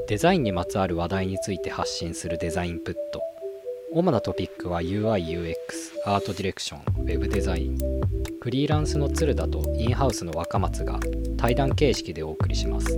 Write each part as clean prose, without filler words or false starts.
デザインにまつわる話題について発信するデザインプット。主なトピックは UI/UX、アートディレクション、ウェブデザイン。フリーランスの鶴田とインハウスの若松が対談形式でお送りします。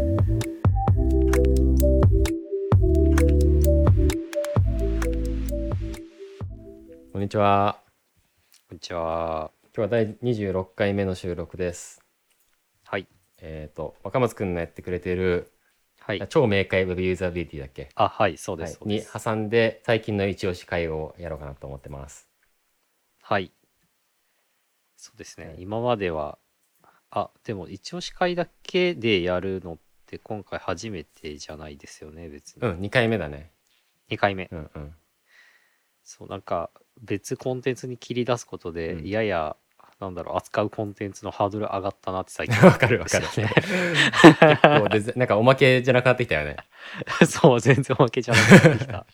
こんにちは。 こんにちは。 今日は第26回目の収録です。 はい。 若松くんのやってくれている、 はい。 超明快 Web ユーザビリティだっけ？ はい、そうです、 はい、に挟んで最近の一押し会をやろうかなと思ってます。 はい。そうですね。今までは、でも一押し会だけでやるのって今回初めてじゃないですよね、別に。 2回目だね。 2回目。 うんうん。 そう、なんか別コンテンツに切り出すことで、やや扱うコンテンツのハードル上がったなって最近わかる結構なんかおまけじゃなくなってきたよね。 そう、全然おまけじゃなくなってきた。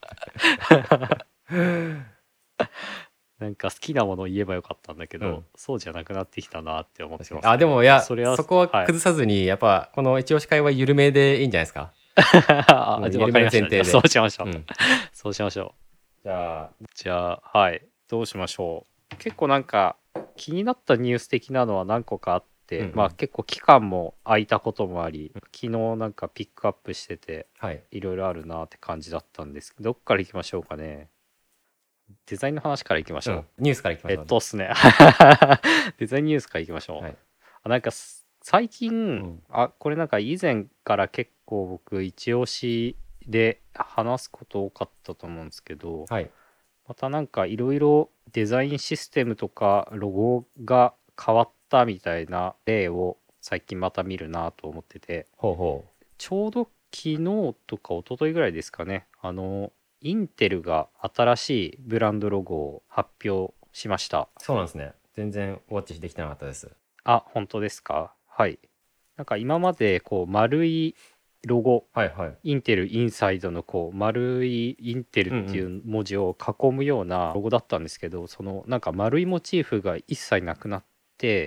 なんか好きなものを言えばよかったんだけど、そうじゃなくなってきたなって思ってます、ね。 でもそこは崩さずに、やっぱこの一押し会は緩めでいいんじゃないですか。 緩めの前提で。そうしましょう。そうしましょう。じゃあ、はい。どうしましょう。結構なんか気になったニュース的なのは何個かあって、結構期間も空いたこともあり、昨日なんかピックアップしてて、いろいろあるなって感じだったんですけど、どっから行きましょうかね。デザインの話からいきましょう。 ニュースからいきましょう。 っすね。デザインニュースからいきましょう。なんか最近、これなんか以前から結構僕一押しで話すこと多かったと思うんですけど、またなんかいろいろデザインシステムとかロゴが変わったみたいな例を最近また見るなと思ってて、ちょうど昨日とか一昨日ぐらいですかね、インテルが新しいブランドロゴを発表しました。 そうなんですね。全然ウォッチできてなかったです。 本当ですか。はい。なんか今までこう丸いロゴ、インテルインサイドのこう丸いインテルっていう文字を囲むようなロゴだったんですけど、そのなんか丸いモチーフが一切なくなって、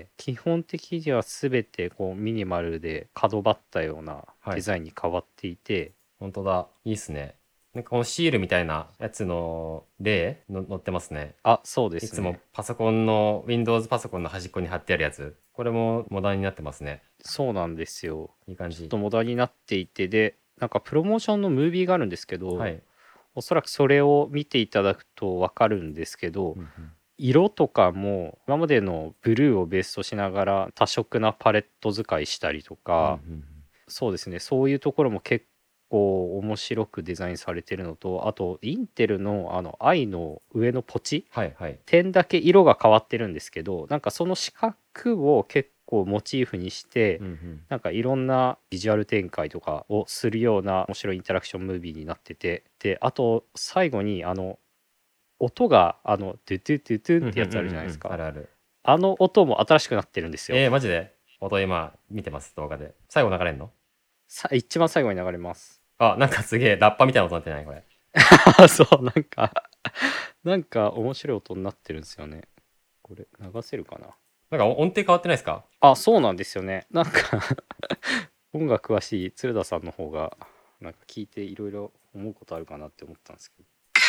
基本的には全てこうミニマルで角張ったようなデザインに変わっていて、 本当だ、いいっすね。なんかこのシールみたいなやつの例載ってますね。 そうですね。 いつもパソコンの Windows パソコンの端っこに貼ってあるやつ、これもモダンになってますね。 そうなんですよ。 いい感じ。 ちょっとモダンになっていて、でなんかプロモーションのムービーがあるんですけど、おそらくそれを見ていただくと分かるんですけど、色とかも今までのブルーをベースとしながら多色なパレット使いしたりとか、そうですね、そういうところも結構面白くデザインされてるのと、あとインテルのiの上のポチ、点だけ色が変わってるんですけど、なんかその四角を結構モチーフにして、なんかいろんなビジュアル展開とかをするような面白いインタラクションムービーになってて、であと最後に音がドゥドゥドゥドゥってやつあるじゃないですか。あの音も新しくなってるんですよ。 マジで？音今見てます、動画で。最後流れんの？ 一番最後に流れます。 なんかすげえラッパみたいな音になってないこれ。 そうなんか面白い音になってるんですよね。これ流せるかな。 なんか音程変わってないですか？ そうなんですよね。なんか音楽詳しい鶴田さんの方がなんか聞いていろいろ思うことあるかなって思ったんですけど。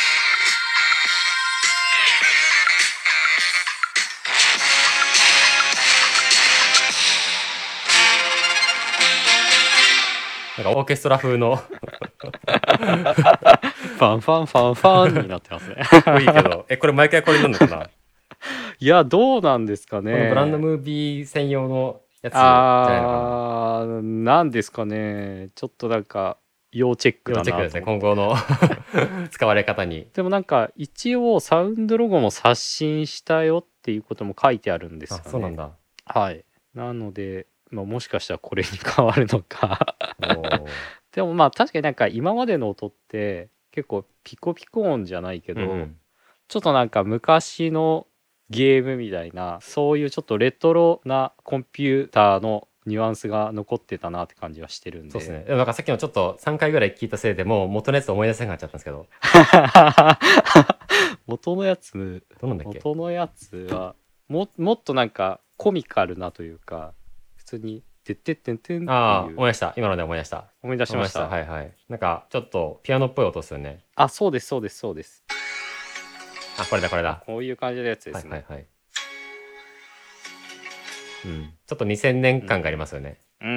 なんかオーケストラ風のファンファンファンファンになってますね。 いいけど、これ毎回これになるのかな？ いや、どうなんですかね。 このブランドムービー専用のやつじゃないのかな。 なんですかね。ちょっとなんか要チェックだなと思って。 要チェックですね、今後の使われ方に。 でもなんか一応サウンドロゴも刷新したよっていうことも書いてあるんですよね。 そうなんだ。 はい。なので、もしかしたらこれに変わるのかでも確かになんか今までの音って結構ピコピコ音じゃないけど、ちょっとなんか昔のゲームみたいな、そういうちょっとレトロなコンピューターのニュアンスが残ってたなって感じはしてるんで。 そうですね。でもなんかさっきのちょっと3回ぐらい聞いたせいでもう元のやつ思い出せなくなっちゃったんですけど元のやつどうなんだっけ？ 元のやつはもっとなんかコミカルなというか、普通にてってってんてんっていう。 ああ、思い出した。今ので思い出した。 思い出しました。 はいはい。なんかちょっとピアノっぽい音ですよね。 あ、そうですそうですそうです。 あ、これだこれだ。 こういう感じのやつですね。 はいはいはい。うん。ちょっと2000年感がありますよね。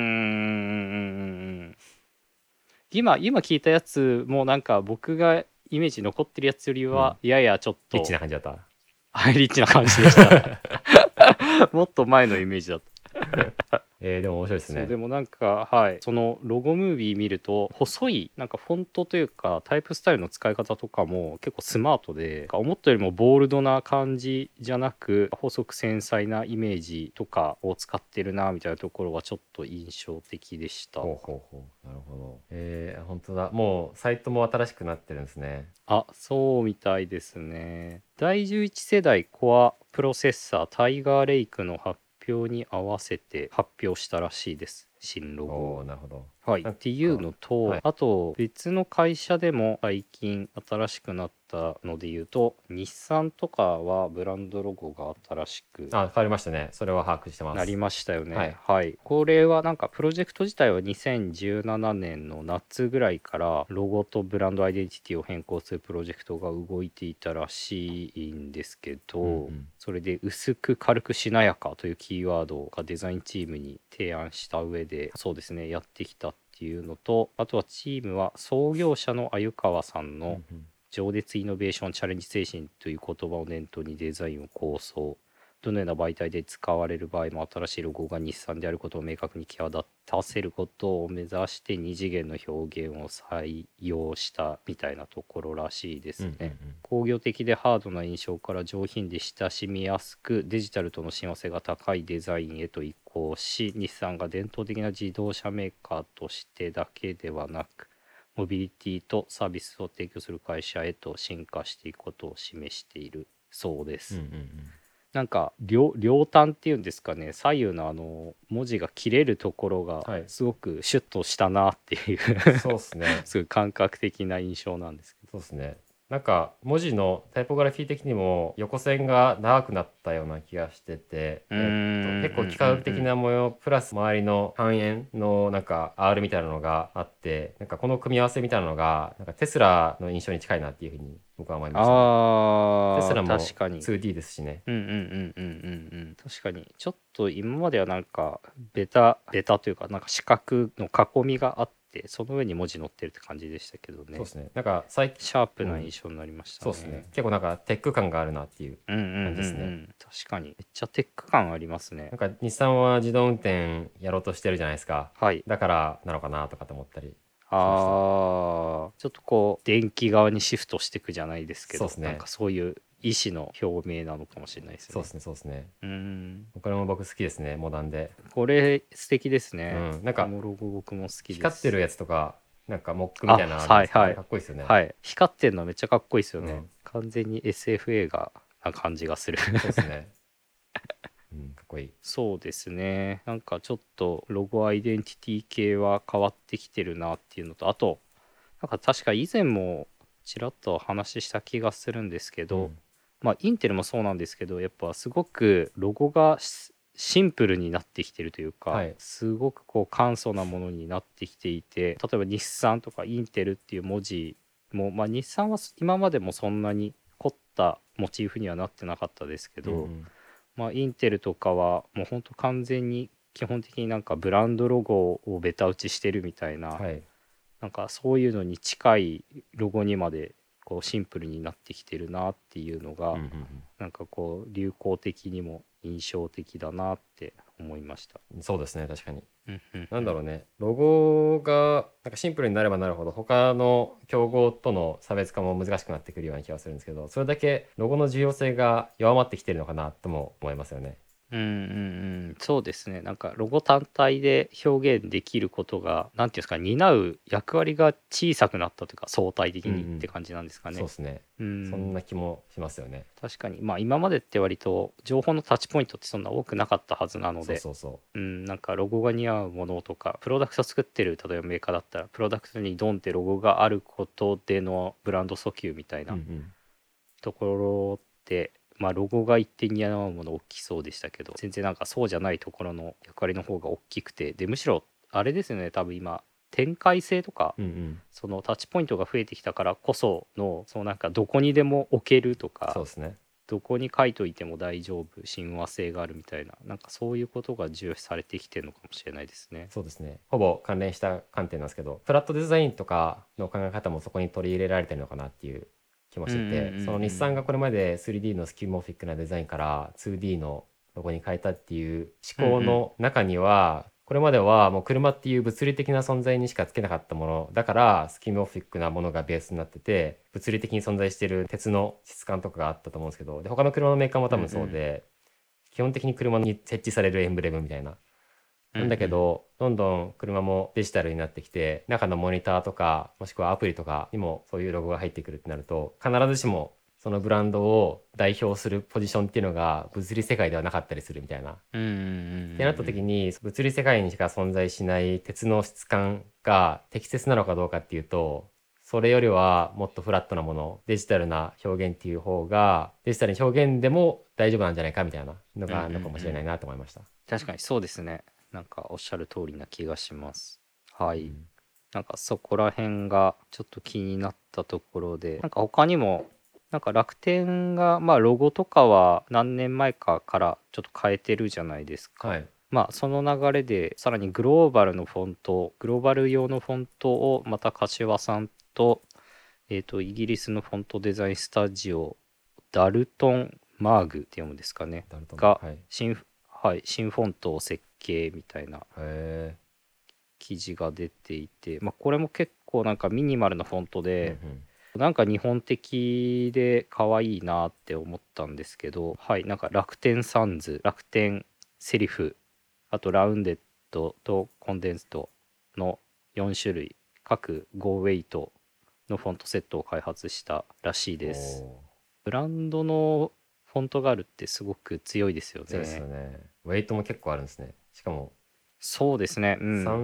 今聞いたやつもなんか僕がイメージ残ってるやつよりはややちょっとリッチな感じだった。 リッチな感じでしたもっと前のイメージだったでも面白いですね。 そうでもなんかはいそのロゴムービー見ると細いなんかフォントというかタイプスタイルの使い方とかも結構スマートで思ったよりもボールドな感じじゃなく細く繊細なイメージとかを使ってるなみたいなところがちょっと印象的でした。 ほうほうほう。なるほど。本当だ。もうサイトも新しくなってるんですね。 あ、そうみたいですね。第11世代コアプロセッサータイガーレイクの発表に合わせて発表したらしいです。新ロゴを。 なるほど。 はい、っていうのと、はい、あと別の会社でも最近新しくなったので言うと日産とかはブランドロゴが新しく変わりましたね。それは把握してます。 なりましたよね。はい、はい、これはなんかプロジェクト自体は2017年の夏ぐらいからロゴとブランドアイデンティティを変更するプロジェクトが動いていたらしいんですけど、それで薄く軽くしなやかというキーワードがデザインチームに提案した上でそうですねやってきたっていうのと、あとはチームは創業者の鮎川さんの情熱イノベーションチャレンジ精神という言葉を念頭にデザインを構想、どのような媒体で使われる場合も新しいロゴが日産であることを明確に際立たせることを目指して二次元の表現を採用したみたいなところらしいですね。工業的でハードな印象から上品で親しみやすくデジタルとの親和性が高いデザインへと移行し、日産が伝統的な自動車メーカーとしてだけではなくモビリティとサービスを提供する会社へと進化していくことを示しているそうです。なんか両端っていうんですかね、左右の文字が切れるところがすごくシュッとしたなっていう、はい、そうですねすごい感覚的な印象なんですけど。 そうですね。なんか文字のタイポグラフィー的にも横線が長くなったような気がしてて、結構幾何学的な模様プラス周りの半円のなんか R みたいなのがあって、なんかこの組み合わせみたいなのがなんかテスラの印象に近いなっていうふうに僕は思いましたね。テスラも 2D ですしね。 確かにちょっと今まではなんかベタというかなんか四角の囲みがあってその上に文字載ってるって感じでしたけどね。 そうですね。なんか最近シャープな印象になりましたね。 そうですね。結構なんかテック感があるなっていう感じですね。 確かにめっちゃテック感ありますね。 なんか日産は自動運転やろうとしてるじゃないですか。 はい。 だからなのかなとかと思ったり。 ちょっとこう電気側にシフトしていくじゃないですけど、そうですね、なんかそういう意思の表明なのかもしれないですね。 そうですね。これも僕好きですね、モダンで。 これ素敵ですね。 なんかこのロゴ僕も好きです。 光ってるやつとかなんかモックみたいなのあるんですけど、かっこいいですよね。 はい、光ってるのめっちゃかっこいいですよね。完全に SF 映画な感じがする。 そうですね。かっこいい。 そうですね。なんかちょっとロゴアイデンティティ系は変わってきてるなっていうのと、あとなんか確か以前もちらっと話した気がするんですけど、まあインテルもそうなんですけどやっぱすごくロゴがシンプルになってきてるというか、すごくこう簡素なものになってきていて、例えば日産とかインテルっていう文字も、まあ日産は今までもそんなに凝ったモチーフにはなってなかったですけど、まあインテルとかはもうほんと完全に基本的になんかブランドロゴをベタ打ちしてるみたいな、なんかそういうのに近いロゴにまでこうシンプルになってきてるなっていうのが、なんかこう流行的にも印象的だなって思いました。 そうですね、確かに。なんだろうね、ロゴがなんかシンプルになればなるほど他の競合との差別化も難しくなってくるような気がするんですけど、それだけロゴの重要性が弱まってきてるのかなとも思いますよね。 そうですね。なんかロゴ単体で表現できることがなんていうんですか、担う役割が小さくなったというか相対的にって感じなんですかね。 そうですね。そんな気もしますよね。 確かにまあ今までって割と情報のタッチポイントってそんな多くなかったはずなので、なんかロゴが似合うものとかプロダクト作ってる例えばメーカーだったらプロダクトにドンってロゴがあることでのブランド訴求みたいなところってまあロゴが一点に合うもの大きそうでしたけど、全然なんかそうじゃないところの役割の方が大きくて、でむしろあれですよね、多分今展開性とか、そのタッチポイントが増えてきたからこその、そのなんかどこにでも置けるとか、 そうですね、 どこに書いといても大丈夫、親和性があるみたいな、なんかそういうことが重視されてきてるのかもしれないですね。 そうですね、ほぼ関連した観点なんですけど、フラットデザインとかの考え方もそこに取り入れられてるのかなっていう気もしてて、その日産がこれまで 3D のスキューモフィックなデザインから 2D のロゴに変えたっていう思考の中には、これまではもう車っていう物理的な存在にしかつけなかったものだから、スキューモフィックなものがベースになってて、物理的に存在している鉄の質感とかがあったと思うんですけど、で他の車のメーカーも多分そうで、基本的に車に設置されるエンブレムみたいな、なんだけど、どんどん車もデジタルになってきて、中のモニターとかもしくはアプリとかにもそういうロゴが入ってくるってなると、必ずしもそのブランドを代表するポジションっていうのが物理世界ではなかったりするみたいな。ってなった時に、物理世界にしか存在しない鉄の質感が適切なのかどうかっていうと、それよりはもっとフラットなもの、デジタルな表現っていう方がデジタルに表現でも大丈夫なんじゃないかみたいなのがあるのかもしれないなと思いました。 確かにそうですね。なんかおっしゃる通りな気がします。はい。なんかそこら辺がちょっと気になったところで、なんか他にもなんか楽天がまあロゴとかは何年前かからちょっと変えてるじゃないですか。 はい、 まあその流れでさらにグローバルのフォント、グローバル用のフォントをまた柏さんとイギリスのフォントデザインスタジオダルトンマーグって読むんですかねが新フォントを設計みたいな記事が出ていて、まあ、これも結構なんかミニマルなフォントで、なんか日本的で可愛いなって思ったんですけど、はい、なんか楽天サンズ、楽天セリフ、あとラウンデッドとコンデンストの4種類各5ウェイトのフォントセットを開発したらしいです。ブランドのフォントがあるってすごく強いですよね。 そうですよね。ウェイトも結構あるんですね。しかもそうですね、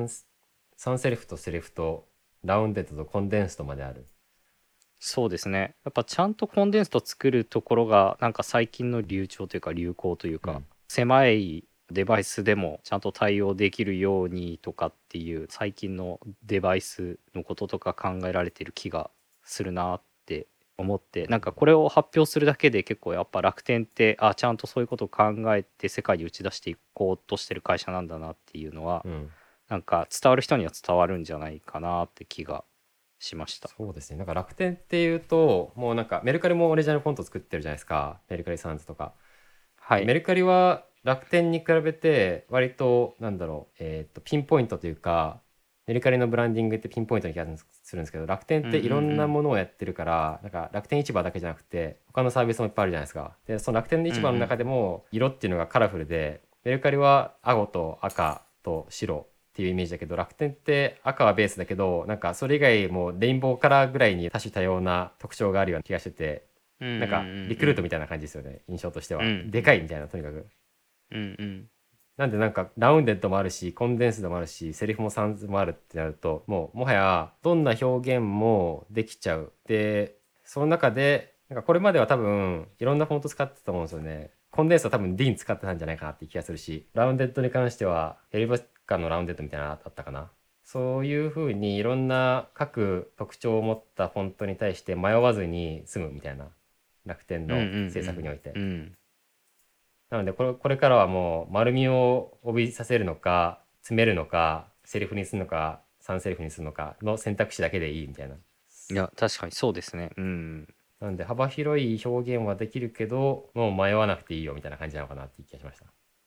3セリフとセリフとラウンデッドとコンデンストまである。 そうですね、やっぱちゃんとコンデンスト作るところがなんか最近の流暢というか流行というか、狭いデバイスでもちゃんと対応できるようにとかっていう最近のデバイスのこととか考えられてる気がするなって思って、なんかこれを発表するだけで結構やっぱ楽天ってちゃんとそういうことを考えて世界に打ち出していこうとしてる会社なんだなっていうのは、なんか伝わる人には伝わるんじゃないかなって気がしました。 そうですね、なんか楽天っていうともうなんかメルカリもオリジナルフォント作ってるじゃないですか、メルカリサンズとか。はい、メルカリは楽天に比べて割となんだろう、ピンポイントというか、メルカリのブランディングってピンポイントに気がするんですけど、楽天っていろんなものをやってるから、なんか楽天市場だけじゃなくて他のサービスもいっぱいあるじゃないですか。でその楽天の市場の中でも色っていうのがカラフルで、メルカリは青と赤と白っていうイメージだけど、楽天って赤はベースだけど、なんかそれ以外もレインボーカラーぐらいに多種多様な特徴があるような気がしてて、なんかリクルートみたいな感じですよね、印象としては。でかいみたいな、とにかく。なんでなんかラウンデッドもあるし、コンデンスドもあるし、セリフもサンズもあるってなると、もはやどんな表現もできちゃう。でその中でなんかこれまでは多分いろんなフォント使ってたと思うんですよね。コンデンスは多分 D 使ってたんじゃないかなっていう気がするし、ラウンデッドに関してはヘリバスカのラウンデッドみたいなのあったかな。そういう風にいろんな各特徴を持ったフォントに対して迷わずに済むみたいな、楽天の制作において。なのでこれからはもう丸みを帯びさせるのか、詰めるのか、セリフにするのか、3セリフにするのかの選択肢だけでいいみたいな。 いや確かにそうですね。 なので幅広い表現はできるけど、もう迷わなくていいよみたいな感じなのかなっていう気がしました。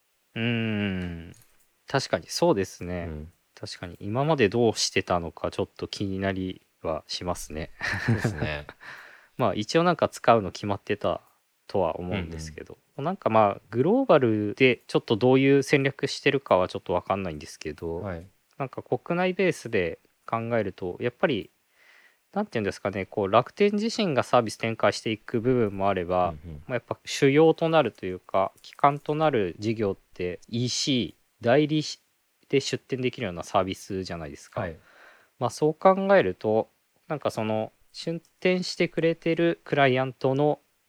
確かにそうですね。確かに今までどうしてたのかちょっと気になりはしますね。 そうですね。 まあ一応なんか使うの決まってたとは思うんですけど、なんかまあグローバルでちょっとどういう戦略してるかはちょっと分かんないんですけど、なんか国内ベースで考えるとやっぱりなんていうんですかね、こう楽天自身がサービス展開していく部分もあれば、やっぱ主要となるというか基幹となる事業って EC 代理で出店できるようなサービスじゃないですか。まあそう考えるとなんかその出店してくれてるクライアントの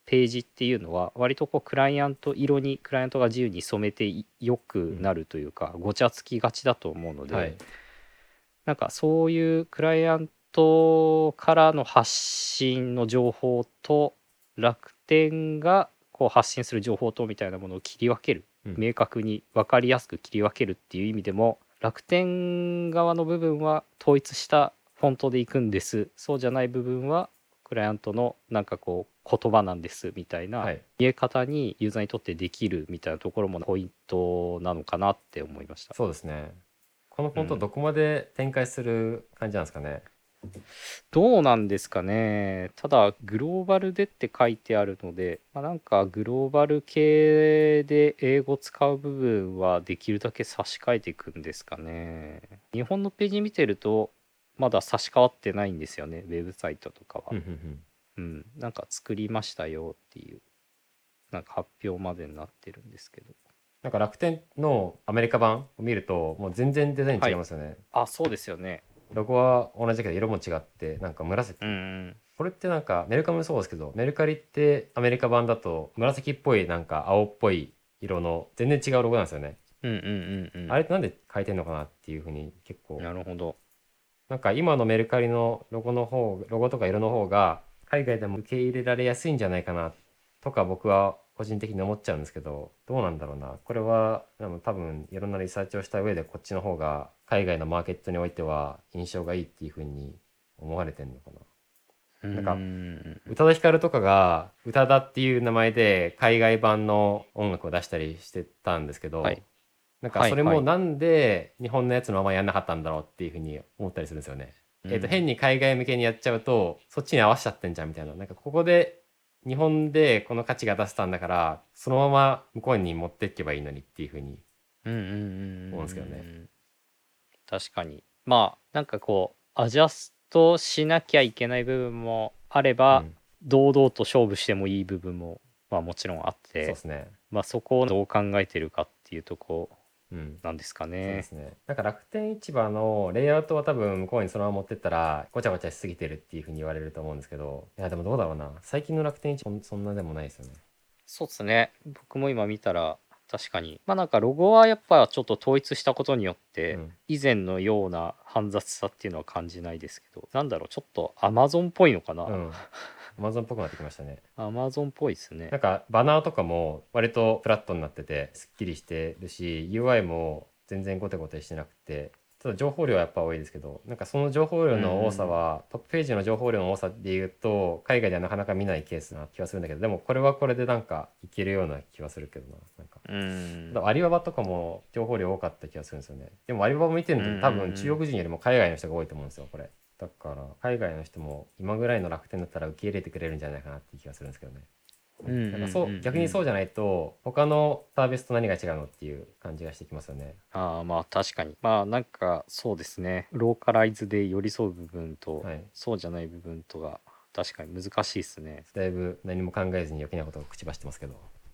ページっていうのは割とこうクライアント色にクライアントが自由に染めてよくなるというか、ごちゃつきがちだと思うので、 はい、 なんかそういうクライアントからの発信の情報と楽天がこう発信する情報とみたいなものを切り分ける、明確に分かりやすく切り分けるっていう意味でも、楽天側の部分は統一したフォントでいくんです、そうじゃない部分はクライアントのなんかこう言葉なんですみたいな見え方にユーザーにとってできるみたいなところもポイントなのかなって思いました。 そうですね。このフォントどこまで展開する感じなんですかね。 どうなんですかね。ただグローバルでって書いてあるので、なんかグローバル系で英語使う部分はできるだけ差し替えていくんですかね。日本のページ見てるとまだ差し替わってないんですよね、ウェブサイトとかは。なんか作りましたよっていうなんか発表までになってるんですけど、 なんか楽天のアメリカ版を見るともう全然デザイン違いますよね。 そうですよね。 ロゴは同じだけど色も違ってなんか紫、これってなんかメルカリもそうですけど、メルカリってアメリカ版だと紫っぽいなんか青っぽい色の全然違うロゴなんですよね。あれってなんで変えてんのかなっていうふうに結構。 なるほど。 なんか今のメルカリのロゴとか色の方が海外でも受け入れられやすいんじゃないかなとか僕は個人的に思っちゃうんですけど、どうなんだろうな。これは多分いろんなリサーチをした上でこっちの方が海外のマーケットにおいては印象がいいっていう風に思われてんのかな。なんか宇多田ヒカルとかが宇多田っていう名前で海外版の音楽を出したりしてたんですけど、なんかそれもなんで日本のやつのままやんなかったんだろうっていう風に思ったりするんですよね。変に海外向けにやっちゃうとそっちに合わせちゃってんじゃんみたいな。なんかここで日本でこの価値が出せたんだからそのまま向こうに持っていけばいいのにっていう風に思うんですけどね。 確かになんかこうアジャストしなきゃいけない部分もあれば、堂々と勝負してもいい部分ももちろんあって、 そうですね。 そこをどう考えてるかっていうとこなんですかね。 そうですね。なんか楽天市場のレイアウトは多分向こうにそのまま持ってったらごちゃごちゃしすぎてるっていう風に言われると思うんですけど、いやでもどうだろうな。最近の楽天市場そんなでもないですよね。 そうですね。僕も今見たら確かになんかロゴはやっぱちょっと統一したことによって、以前のような煩雑さっていうのは感じないですけど、なんだろう、ちょっとアマゾンっぽいのかな。 アマゾンっぽくなってきましたね。 アマゾンっぽいですね。 なんかバナーとかも割とフラットになっててすっきりしてるし、 UI も全然ゴテゴテしてなくて、ただ情報量はやっぱ多いですけど、なんかその情報量の多さは、トップページの情報量の多さでいうと海外ではなかなか見ないケースな気がするんだけど、でもこれはこれでなんかいけるような気はするけどな。なんかアリババとかも情報量多かった気がするんですよね。でもアリババ見てると多分中国人よりも海外の人が多いと思うんですよこれ。だから海外の人も今ぐらいの楽天だったら受け入れてくれるんじゃないかなっていう気がするんですけどね。なんか逆にそうじゃないと他のサービスと何が違うのっていう感じがしてきますよね。 確かになんかそうですね、ローカライズで寄り添う部分と、そうじゃない部分とが確かに難しいですね。 だいぶ何も考えずに余計なことを口走ってますけど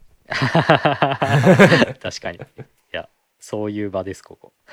確かに、いやそういう場ですここ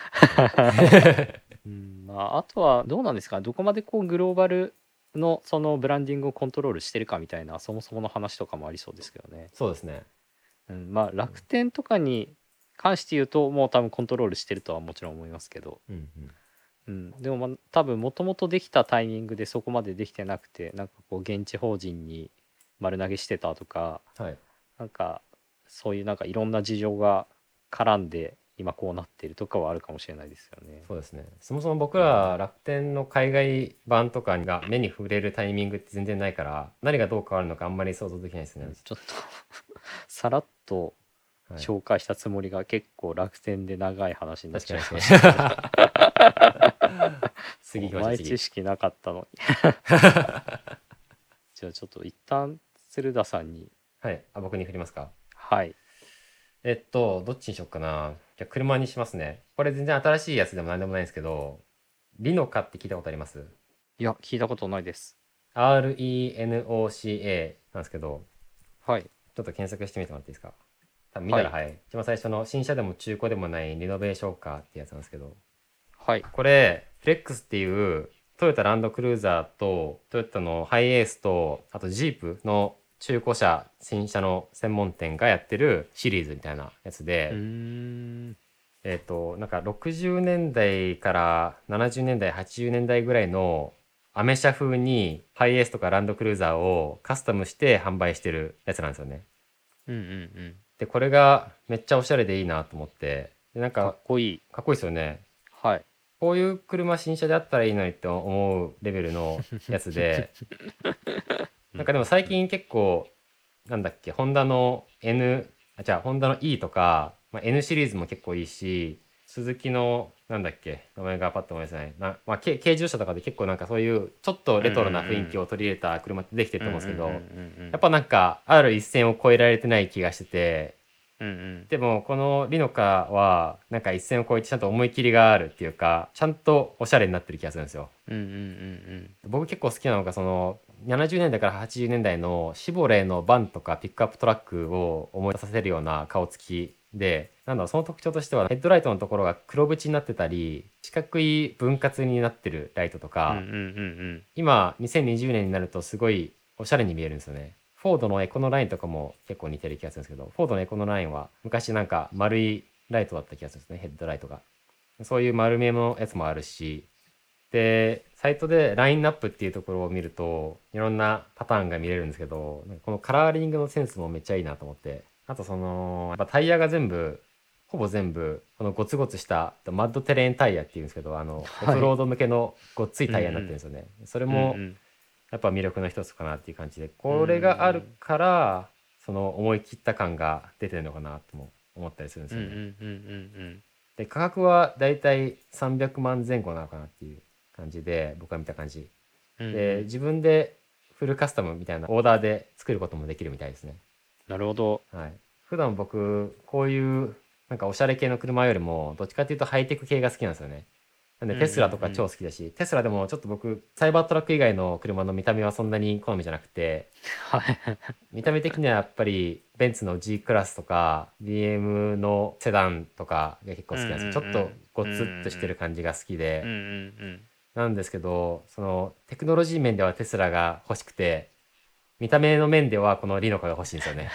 あとはどうなんですか、どこまでこうグローバルのそのブランディングをコントロールしてるかみたいなそもそもの話とかもありそうですけどね。 そうですね。 楽天とかに関して言うともう多分コントロールしてるとはもちろん思いますけど、でも多分もともとできたタイミングでそこまでできてなくて、なんかこう現地法人に丸投げしてたとか、なんかそういうなんかいろんな事情が絡んで今こうなっているとかはあるかもしれないですよね。 そうですね。そもそも僕ら楽天の海外版とかが目に触れるタイミングって全然ないから、何がどう変わるのかあんまり想像できないですね。 ちょっとさらっと紹介したつもりが結構楽天で長い話になっちゃいました。 次お前知識なかったのにじゃあちょっと一旦鶴田さんに。 僕に振りますか。どっちにしよっかな。じゃあ車にしますね。これ全然新しいやつでも何でもないんですけど、リノカって聞いたことあります？ いや聞いたことないです。 RENOCA なんですけど、 ちょっと検索してみてもらっていいですか。多分見たら一番最初の新車でも中古でもないリノベーションカーってやつなんですけど、これフレックスっていうトヨタランドクルーザーとトヨタのハイエースとあとジープの中古車新車の専門店がやってるシリーズみたいなやつで、なんか60年代から70年代80年代ぐらいのアメ車風にハイエースとかランドクルーザーをカスタムして販売してるやつなんですよね。でこれがめっちゃおしゃれでいいなと思って、でなんかっこいい。 かっこいいですよね。 はい。 こういう車新車であったらいいのにって思うレベルのやつでなんかでも最近結構なんだっけ、ホンダの ホンダの E とか、N シリーズも結構いいし、スズキのなんだっけ、名前がパッと思い出せない軽自動車とかで結構なんかそういうちょっとレトロな雰囲気を取り入れた車ってできてると思うんですけど、やっぱなんかある一線を越えられてない気がしてて、でもこのリノカはなんか一線を越えてちゃんと思い切りがあるっていうか、ちゃんとおしゃれになってる気がするんですよ。僕結構好きなのがその70年代から80年代のシボレーのバンとかピックアップトラックを思い出させるような顔つきで、なんだろう、その特徴としてはヘッドライトのところが黒縁になってたり四角い分割になってるライトとか、今2020年になるとすごいおしゃれに見えるんですよね。フォードのエコノラインとかも結構似てる気がするんですけど、フォードのエコノラインは昔なんか丸いライトだった気がするんですね、ヘッドライトが。そういう丸めのやつもあるし、でサイトでラインナップっていうところを見るといろんなパターンが見れるんですけど、このカラーリングのセンスもめっちゃいいなと思って、あとそのやっぱタイヤがほぼ全部このゴツゴツしたマッドテレーンタイヤっていうんですけど、オフロード向けのごっついタイヤになってるんですよね。それもやっぱ魅力の一つかなっていう感じで、これがあるからその思い切った感が出てるのかなとも思ったりするんですよね。で価格はだいたい300万前後なのかなっていう感じで、僕が見た感じで、自分でフルカスタムみたいなオーダーで作ることもできるみたいですね。 なるほど。 はい、普段僕こういうなんかおしゃれ系の車よりもどっちかっていうとハイテク系が好きなんですよね。なんでテスラとか超好きだし、テスラでもちょっと僕サイバートラック以外の車の見た目はそんなに好みじゃなくて見た目的にはやっぱりベンツの G クラスとか BM のセダンとかが結構好きなんですよ。ちょっとゴツッとしてる感じが好きで、なんですけどそのテクノロジー面ではテスラが欲しくて、見た目の面ではこのリノカが欲しいんですよね。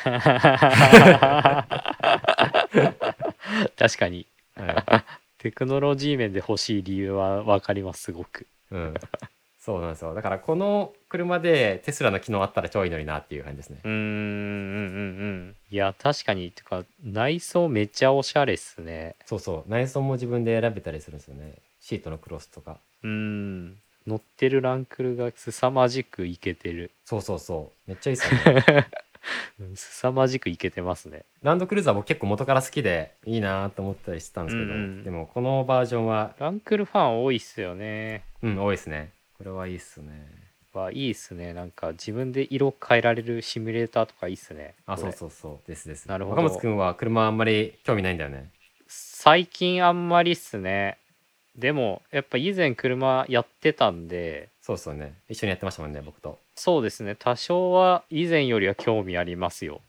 確かに、テクノロジー面で欲しい理由は分かります、すごく。 そうなんですよ。だからこの車でテスラの機能あったら超いいのになっていう感じですね。 いや確かに、てか内装めっちゃおしゃれっすね。 そうそう、内装も自分で選べたりするんですよね。シートのクロスとか。 乗ってるランクルが凄まじくイケてる。 そうめっちゃいいっすよね。 凄まじくイケてますね。 ランドクルーザー僕結構元から好きでいいなと思ったりしてたんですけど、でもこのバージョンはランクルファン多いっすよね。 多いっすね。これはいいっすね。 いいっすね。なんか自分で色変えられるシミュレーターとかいいっすね。 そうです。 なるほど。 若松くんは車あんまり興味ないんだよね。 最近あんまりっすね。でもやっぱ以前車やってたんで。 そうっすよね。一緒にやってましたもんね、僕と。 そうですね、多少は以前よりは興味ありますよ。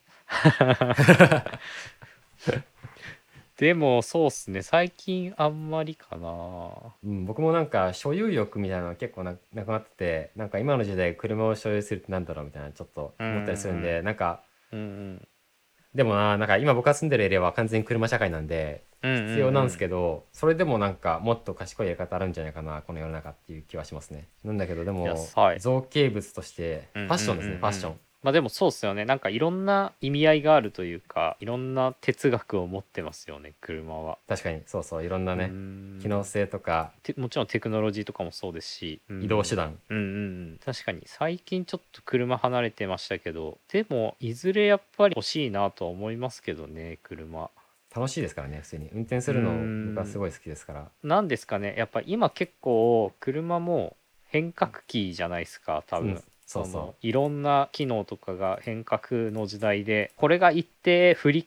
でもそうっすね、最近あんまりかな。 僕もなんか所有欲みたいなのが結構なくなってて、なんか今の時代車を所有するってなんだろうみたいなちょっと思ったりするんで、なんか、でもなんか今僕が住んでるエリアは完全に車社会なんで必要なんですけど、それでもなんかもっと賢いやり方あるんじゃないかなこの世の中っていう気はしますね。なんだけどでも造形物としてファッションですね、ファッション。 でもそうっすよね。なんかいろんな意味合いがあるというか、いろんな哲学を持ってますよね、車は。 確かにそういろんなね、機能性とかもちろんテクノロジーとかもそうですし、 移動手段、 確かに最近ちょっと車離れてましたけど、でもいずれやっぱり欲しいなとは思いますけどね、車。 楽しいですからね、普通に運転するの僕はすごい好きですから。 なんですかね、やっぱ今結構車も変革期じゃないですか、多分。いろんな機能とかが変革の時代で、これが一定振り切っ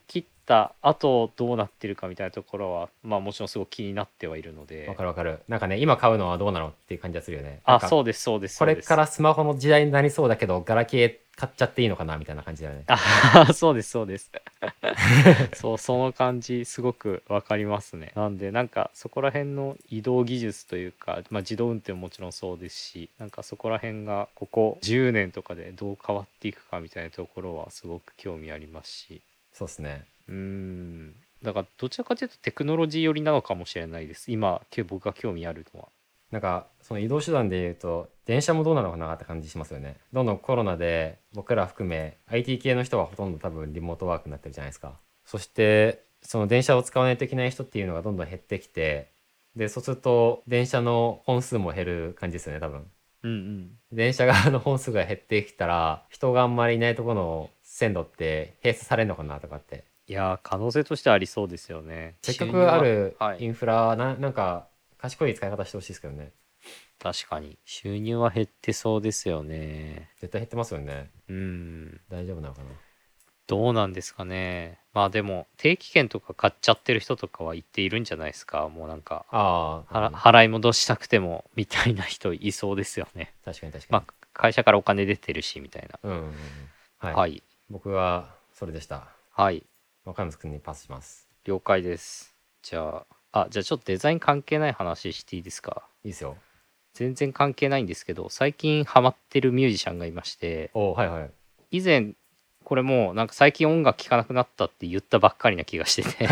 た後どうなってるかみたいなところはまあもちろんすごく気になってはいるので。 わかるわかる。なんかね今買うのはどうなのっていう感じがするよね。 あ、そうですそうです。 これからスマホの時代になりそうだけどガラケー買っちゃっていいのかなみたいな感じだよね。 あ、そうですそうですそうその感じすごくわかりますね。なんでなんかそこら辺の移動技術というか、まあ、自動運転ももちろんそうですし、なんかそこら辺がここ10年とかでどう変わっていくかみたいなところはすごく興味ありますし。 そうですね。 だからどちらかというとテクノロジー寄りなのかもしれないです、今僕が興味あるのは。 なんかその移動手段でいうと電車もどうなのかなって感じしますよね。どんどんコロナで僕ら含め IT 系の人はほとんど多分リモートワークになってるじゃないですか。そしてその電車を使わないといけない人っていうのがどんどん減ってきて、でそうすると電車の本数も減る感じですよね多分。電車がの本数が減ってきたら人があんまりいないところの線路って閉鎖されるのかなとかって。 いや可能性としてはありそうですよね。 せっかくあるインフラ、なんか賢い使い方してほしいですけどね。 確かに収入は減ってそうですよね。 絶対減ってますよね。大丈夫なのかな。 どうなんですかね。まあでも定期券とか買っちゃってる人とかは言っているんじゃないですか。もうなんか払い戻したくてもみたいな人いそうですよね。 確かに確かに。 まあ会社からお金出てるしみたいな。 はい、僕はそれでした。 はい、 若松くんにパスします。 了解です。じゃあちょっとデザイン関係ない話していいですか。 いいですよ。 全然関係ないんですけど、最近ハマってるミュージシャンがいまして。以前これもうなんか最近音楽聴かなくなったって言ったばっかりな気がしてて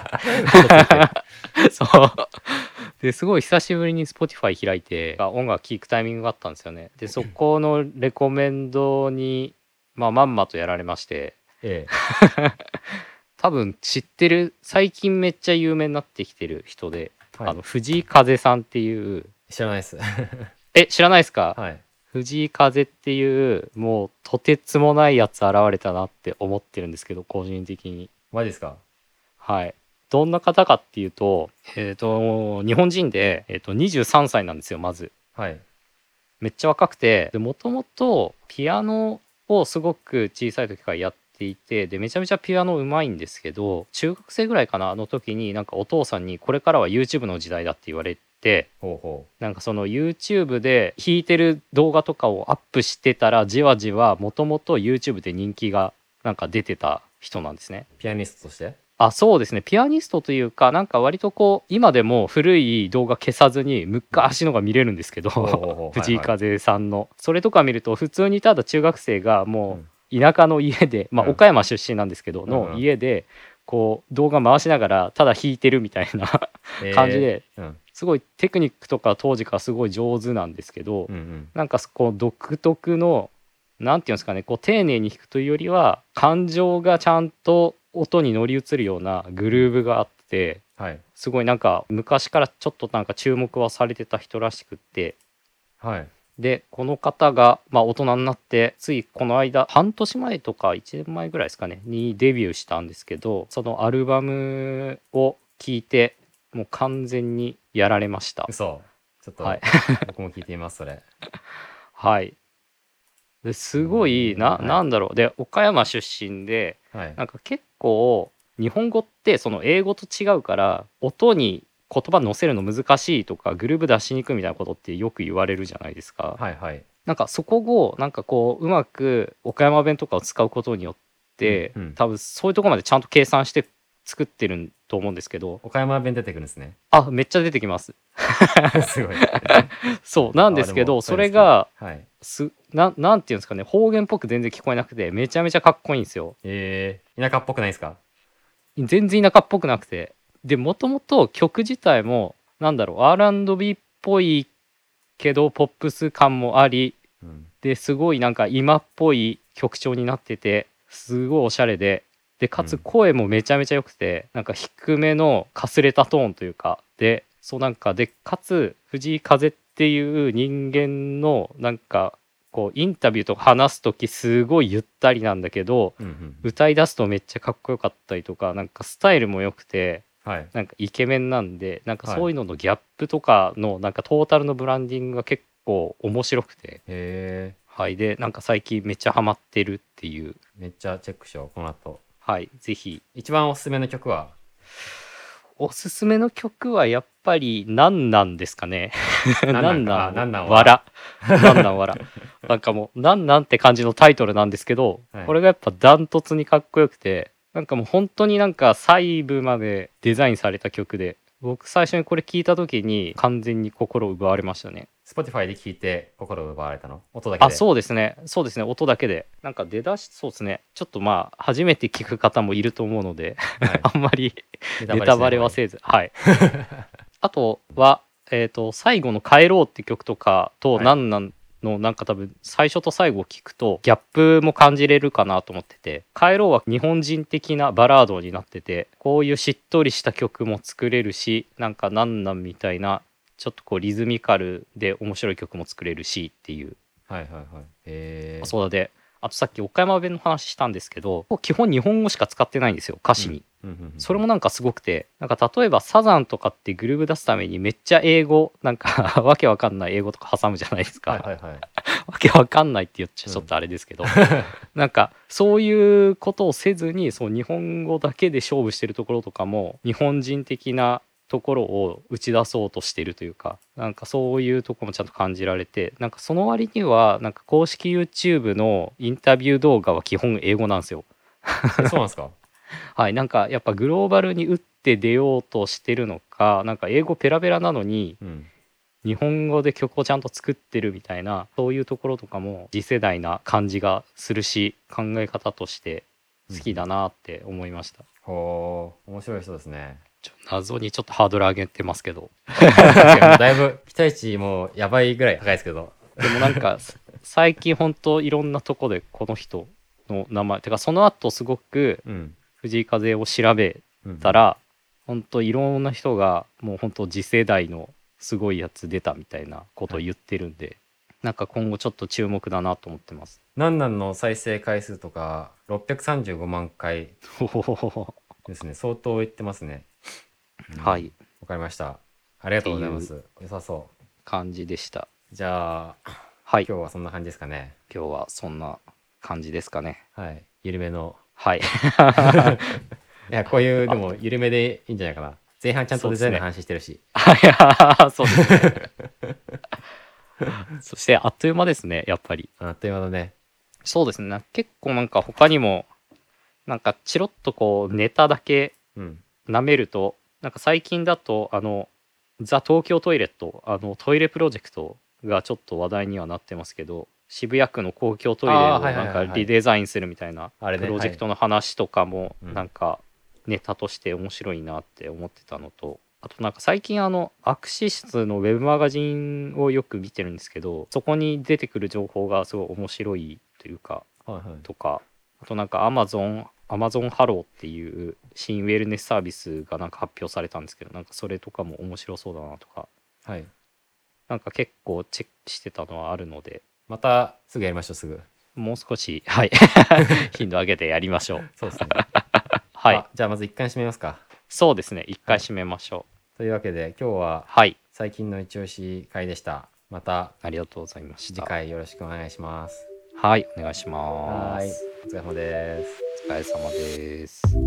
そうですごい久しぶりに Spotify 開いて音楽聴くタイミングがあったんですよね。でそこのレコメンドにまんまとやられまして、多分知ってる、最近めっちゃ有名になってきてる人で、藤井風さんっていう。 知らないです知らないですか。藤井風っていうもうとてつもないやつ現れたなって思ってるんですけど、個人的に。 マジですか。 はい。どんな方かっていうと、日本人で、23歳なんですよまず。めっちゃ若くて、もともとピアノをすごく小さい時からやっていて、でめちゃめちゃピアノうまいんですけど、中学生ぐらいかなの時になんかお父さんにこれからは YouTube の時代だって言われて、なんかその YouTube で弾いてる動画とかをアップしてたらじわじわもともと YouTube で人気がなんか出てた人なんですね。 ピアニストとして。 そうですね、ピアニストというか、なんか割とこう今でも古い動画消さずに昔のが見れるんですけど藤井風さんのそれとか見ると普通にただ中学生がもう田舎の家で、岡山出身なんですけどの家でこう動画回しながらただ弾いてるみたいな感じで、すごいテクニックとか当時からすごい上手なんですけど、なんかこう独特のなんていうんですかね、こう丁寧に弾くというよりは感情がちゃんと音に乗り移るようなグルーヴがあって、すごいなんか昔からちょっとなんか注目はされてた人らしくって、でこの方が大人になってついこの間半年前とか1年前ぐらいですかねにデビューしたんですけど、そのアルバムを聴いてもう完全にやられました。 嘘。ちょっと、僕も聞いてみますそれはいですごいなんだろう。で岡山出身で、なんか結構日本語ってその英語と違うから音に言葉載せるの難しいとかグルーブ出しにくいみたいなことってよく言われるじゃないですか。なんかそこをなんかこううまく岡山弁とかを使うことによって、多分そういうところまでちゃんと計算して作ってると思うんですけど。 岡山弁出てくるんですね。 めっちゃ出てきますすごいそうなんですけど、それがなんていうんですかね、方言っぽく全然聞こえなくてめちゃめちゃかっこいいんですよ。 田舎っぽくないですか。 全然田舎っぽくなくて、でもともと曲自体もなんだろう R&B っぽいけどポップス感もあり、ですごいなんか今っぽい曲調になっててすごいおしゃれで、かつ声もめちゃめちゃ良くて、なんか低めのかすれたトーンというかで、そうなんかでかつ藤井風っていう人間のなんかこうインタビューとか話す時すごいゆったりなんだけど、歌い出すとめっちゃかっこよかったりとか、なんかスタイルも良くて、なんかイケメンなんで、なんかそういうののギャップとかのなんかトータルのブランディングが結構面白くて、でなんか最近めっちゃハマってるっていう。 めっちゃチェックしようこの後。 はい、ぜひ。 一番おすすめの曲は？ おすすめの曲はやっぱりなんなんですかね。 なんなんわら。なんわら。なんかもうなんなんって感じのタイトルなんですけど、 はい、 これがやっぱダントツにかっこよくて、なんかもう本当になんか細部までデザインされた曲で、僕最初にこれ聞いた時に完全に心奪われましたね。 Spotify で聞いて心奪われたの？音だけで？ そうですね、そうですね、音だけで。なんか出だし、そうですね、ちょっとまあ初めて聞く方もいると思うので、はい、あんまりネタバレはせず、はい。あとは最後の帰ろうって曲とかと、なんなんのなんか多分最初と最後を聞くとギャップも感じれるかなと思ってて、帰ろうは日本人的なバラードになってて、こういうしっとりした曲も作れるし、なんかなんなんみたいなちょっとこうリズミカルで面白い曲も作れるしっていう。 はいはいはい。 そうだで、あとさっき岡山弁の話したんですけど、基本日本語しか使ってないんですよ、歌詞に。それもなんかすごくて、なんか例えばサザンとかってグルーブ出すためにめっちゃ英語なんかわけわかんない英語とか挟むじゃないですか。わけわかんないって言っちゃちょっとあれですけど、なんかそういうことをせずに、そう日本語だけで勝負してるところとかも日本人的なところを打ち出そうとしてるというか、なんかそういうところもちゃんと感じられて、なんかその割にはなんか公式 YouTube のインタビュー動画は基本英語なんですよ。 そうなんですか？ はい、なんかやっぱグローバルに打って出ようとしてるのか、なんか英語ペラペラなのに、日本語で曲をちゃんと作ってるみたいな、そういうところとかも次世代な感じがするし、考え方として好きだなって思いました。 ほう、面白い人ですね。 謎にちょっとハードル上げてますけどだいぶ期待値もやばいぐらい高いですけど、 でもなんか最近ほんといろんなとこでこの人の名前てか、その後すごく藤井風を調べたら、ほんといろんな人がもうほんと次世代のすごいやつ出たみたいなことを言ってるんで、なんか今後ちょっと注目だなと思ってます。 なんなんの再生回数とか635万回ですね。相当言ってますね。 はい、 わかりました。ありがとうございます。良さそう感じでした。 じゃあ、 はい、 今日はそんな感じですかね。 今日はそんな感じですかね。 はい、緩めの。 はい。いや、こういうでも緩めでいいんじゃないかな。前半ちゃんとデザインの話してるし。 そうですね。そしてあっという間ですね、やっぱり。 あっという間だね。そうですね。結構なんか他にもなんかチロッとこうネタだけ舐めると、なんか最近だとザ・東京トイレット、トイレプロジェクトがちょっと話題にはなってますけど、渋谷区の公共トイレをなんかリデザインするみたいなプロジェクトの話とかもなんかネタとして面白いなって思ってたのと、あとなんか最近アクシスのウェブマガジンをよく見てるんですけど、そこに出てくる情報がすごい面白いというか、とか、あとなんかアマゾンハローっていう新ウェルネスサービスがなんか発表されたんですけど、なんかそれとかも面白そうだなとか、なんか結構チェックしてたのはあるので、 またすぐやりましょう。すぐもう少しはい頻度上げてやりましょう。 そうですね。 はい、 じゃあまず一回締めますか。 そうですね、一回締めましょう。というわけで今日は最近の一押し会でした。またありがとうございました。 次回よろしくお願いします。 はい、お願いします。 お疲れ様です。 お疲れ様です。